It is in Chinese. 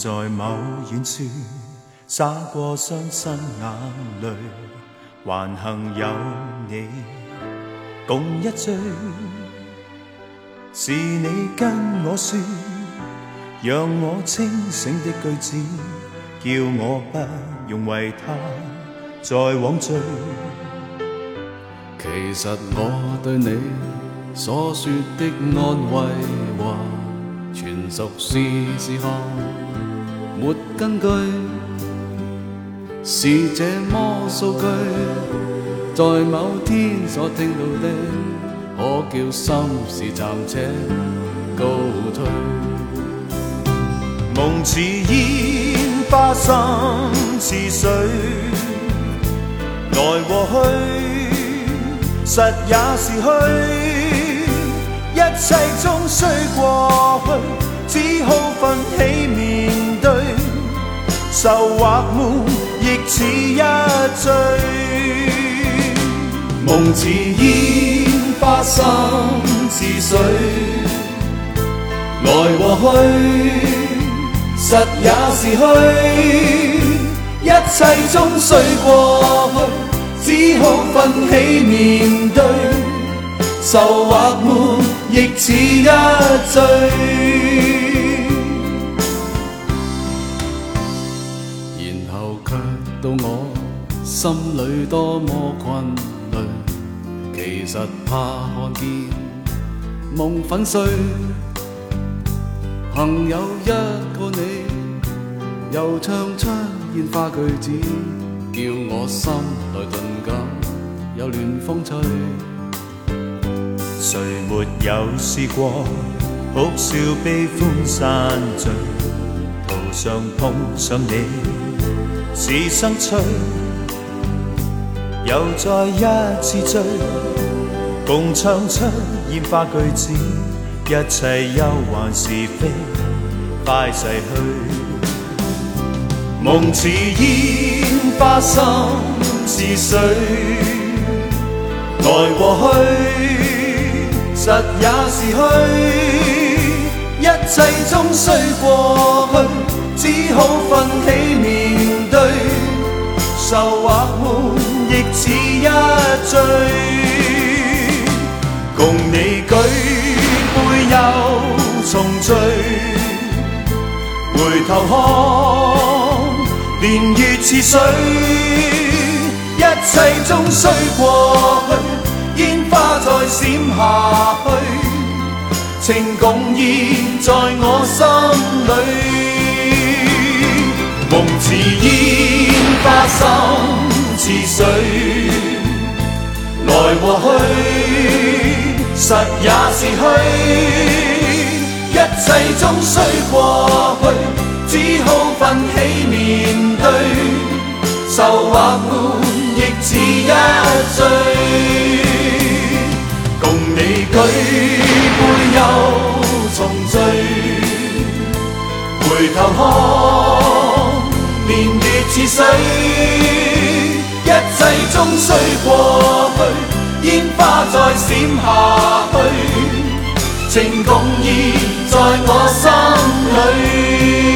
在某远处洒过伤心眼泪，还幸有你共一醉。是你跟我说，让我清醒的句子，叫我不用为他再枉醉。 其实我对你所说的安慰话，全属是事后没根据，是这么数句，在某天所听到的，可叫心事暂且告退。 梦似烟花，心似水，来和去，实也是虚。一切终须过去，只好奋起面对，愁或闷，亦似一醉。 梦似烟花，心似水，来和去，实也是虚。一切终须过去，只好奋起面对，愁或闷，亦似一醉。然後卻到我心裏多麼困累，其實怕看見夢粉碎。幸有一個你，又唱出煙花句子，叫我心內頓感有暖風吹。 誰沒有試過哭笑悲歡散聚，途上碰上你是生趣，又再一次醉，共唱出煙花句子，一切憂患是非快逝去。夢似煙花，心似水，來和去，實也是虛。一切終須過去，只好奮起面對，愁或悶，亦似一醉。共你舉杯又重聚，回頭看，年月似水，一切終須過去，煙花再閃下去，情共現在我心裏。夢似煙花，心似水，來和去，實也是虛。一切終須過去，只好奮起面對，愁或悶，亦似一醉。共你舉杯又重聚，回頭看，年月似水，一切終須過去，煙花再閃下去，情共現在我心裏。